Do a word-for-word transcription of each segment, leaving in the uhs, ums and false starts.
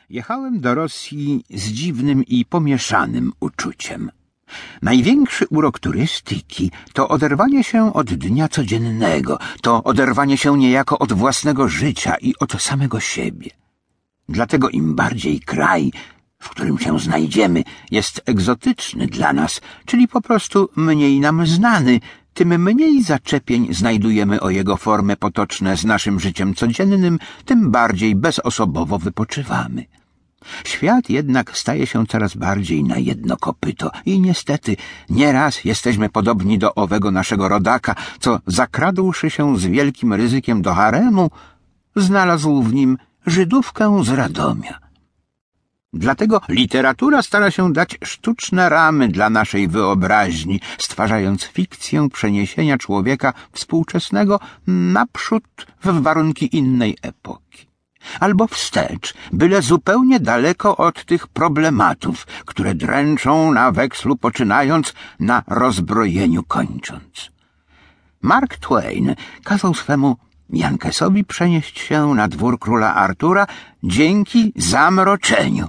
Jechałem do Rosji z dziwnym i pomieszanym uczuciem. Największy urok turystyki to oderwanie się od dnia codziennego, to oderwanie się niejako od własnego życia i od samego siebie. Dlatego im bardziej kraj, w którym się znajdziemy, jest egzotyczny dla nas, czyli po prostu mniej nam znany, tym mniej zaczepień znajdujemy o jego formy potoczne z naszym życiem codziennym, tym bardziej bezosobowo wypoczywamy. Świat jednak staje się coraz bardziej na jedno kopyto i niestety nieraz jesteśmy podobni do owego naszego rodaka, co zakradłszy się z wielkim ryzykiem do haremu, znalazł w nim Żydówkę z Radomia. Dlatego literatura stara się dać sztuczne ramy dla naszej wyobraźni, stwarzając fikcję przeniesienia człowieka współczesnego naprzód w warunki innej epoki. Albo wstecz, byle zupełnie daleko od tych problematów, które dręczą na wekslu poczynając, na rozbrojeniu kończąc. Mark Twain kazał swemu Jankesowi przenieść się na dwór króla Artura dzięki zamroczeniu.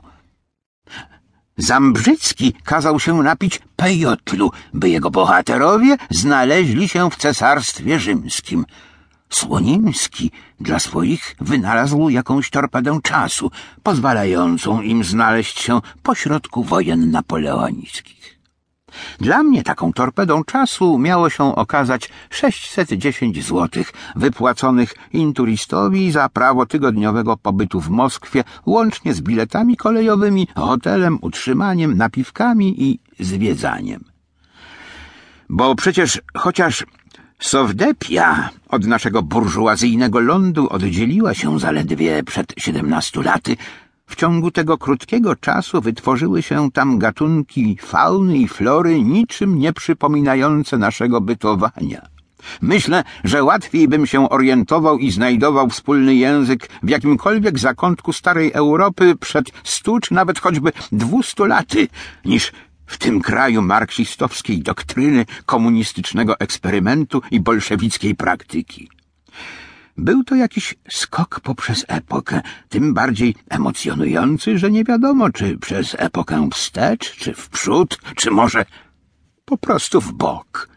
Zambrzycki kazał się napić pejotlu, by jego bohaterowie znaleźli się w cesarstwie rzymskim. Słonimski dla swoich wynalazł jakąś torpedę czasu, pozwalającą im znaleźć się pośrodku wojen napoleońskich. Dla mnie taką torpedą czasu miało się okazać sześćset dziesięć złotych, wypłaconych inturistowi za prawo tygodniowego pobytu w Moskwie, łącznie z biletami kolejowymi, hotelem, utrzymaniem, napiwkami i zwiedzaniem. Bo przecież chociaż Sowdepia od naszego burżuazyjnego lądu oddzieliła się zaledwie przed siedemnastu laty, w ciągu tego krótkiego czasu wytworzyły się tam gatunki fauny i flory niczym nie przypominające naszego bytowania. Myślę, że łatwiej bym się orientował i znajdował wspólny język w jakimkolwiek zakątku starej Europy przed stu czy nawet choćby dwustu laty, niż w tym kraju marksistowskiej doktryny, komunistycznego eksperymentu i bolszewickiej praktyki. Był to jakiś skok poprzez epokę, tym bardziej emocjonujący, że nie wiadomo, czy przez epokę wstecz, czy w przód, czy może po prostu w bok.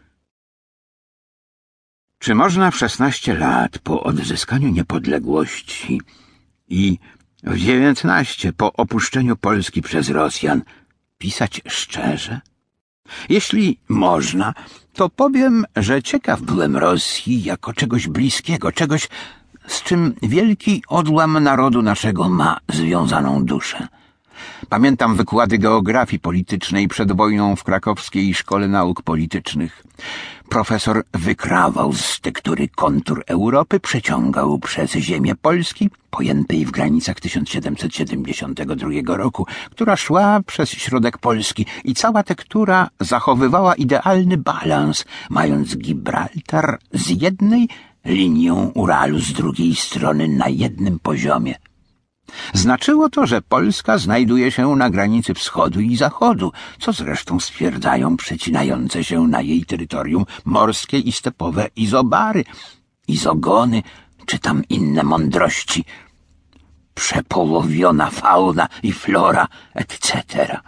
Czy można w szesnaście lat po odzyskaniu niepodległości i w dziewiętnaście po opuszczeniu Polski przez Rosjan pisać szczerze? Jeśli można, to powiem, że ciekaw byłem Rosji jako czegoś bliskiego, czegoś, z czym wielki odłam narodu naszego ma związaną duszę. Pamiętam wykłady geografii politycznej przed wojną w krakowskiej Szkole Nauk Politycznych. Profesor wykrawał z tektury kontur Europy, przeciągał przez ziemię Polski, pojętej w granicach tysiąc siedemset siedemdziesiątego drugiego roku, która szła przez środek Polski i cała tektura zachowywała idealny balans, mając Gibraltar z jednej, linią Uralu z drugiej strony na jednym poziomie. Znaczyło to, że Polska znajduje się na granicy wschodu i zachodu, co zresztą stwierdzają przecinające się na jej terytorium morskie i stepowe izobary, izogony, czy tam inne mądrości, przepołowiona fauna i flora, et cetera.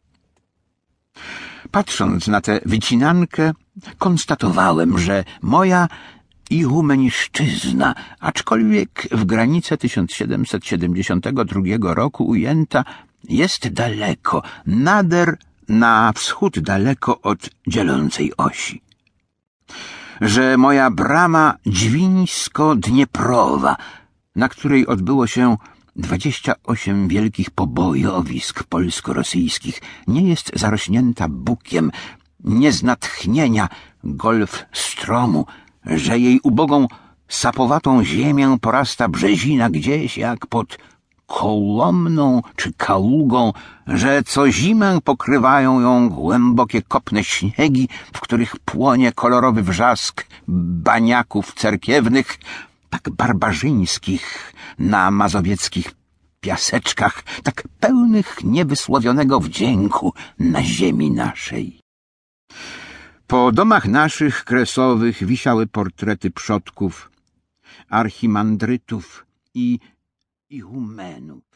Patrząc na tę wycinankę, konstatowałem, że moja ihumeniszczyzna, aczkolwiek w granice tysiąc siedemset siedemdziesiątego drugiego roku ujęta, jest daleko, nader na wschód daleko od dzielącej osi. Że moja brama dźwińsko-dnieprowa, na której odbyło się dwadzieścia osiem wielkich pobojowisk polsko-rosyjskich, nie jest zarośnięta bukiem, nie z natchnienia golf stromu, że jej ubogą, sapowatą ziemię porasta brzezina gdzieś jak pod Kołomną czy Kaługą, że co zimę pokrywają ją głębokie kopne śniegi, w których płonie kolorowy wrzask baniaków cerkiewnych, tak barbarzyńskich na mazowieckich piaseczkach, tak pełnych niewysłowionego wdzięku na ziemi naszej. Po domach naszych kresowych wisiały portrety przodków, archimandrytów i ichumenów.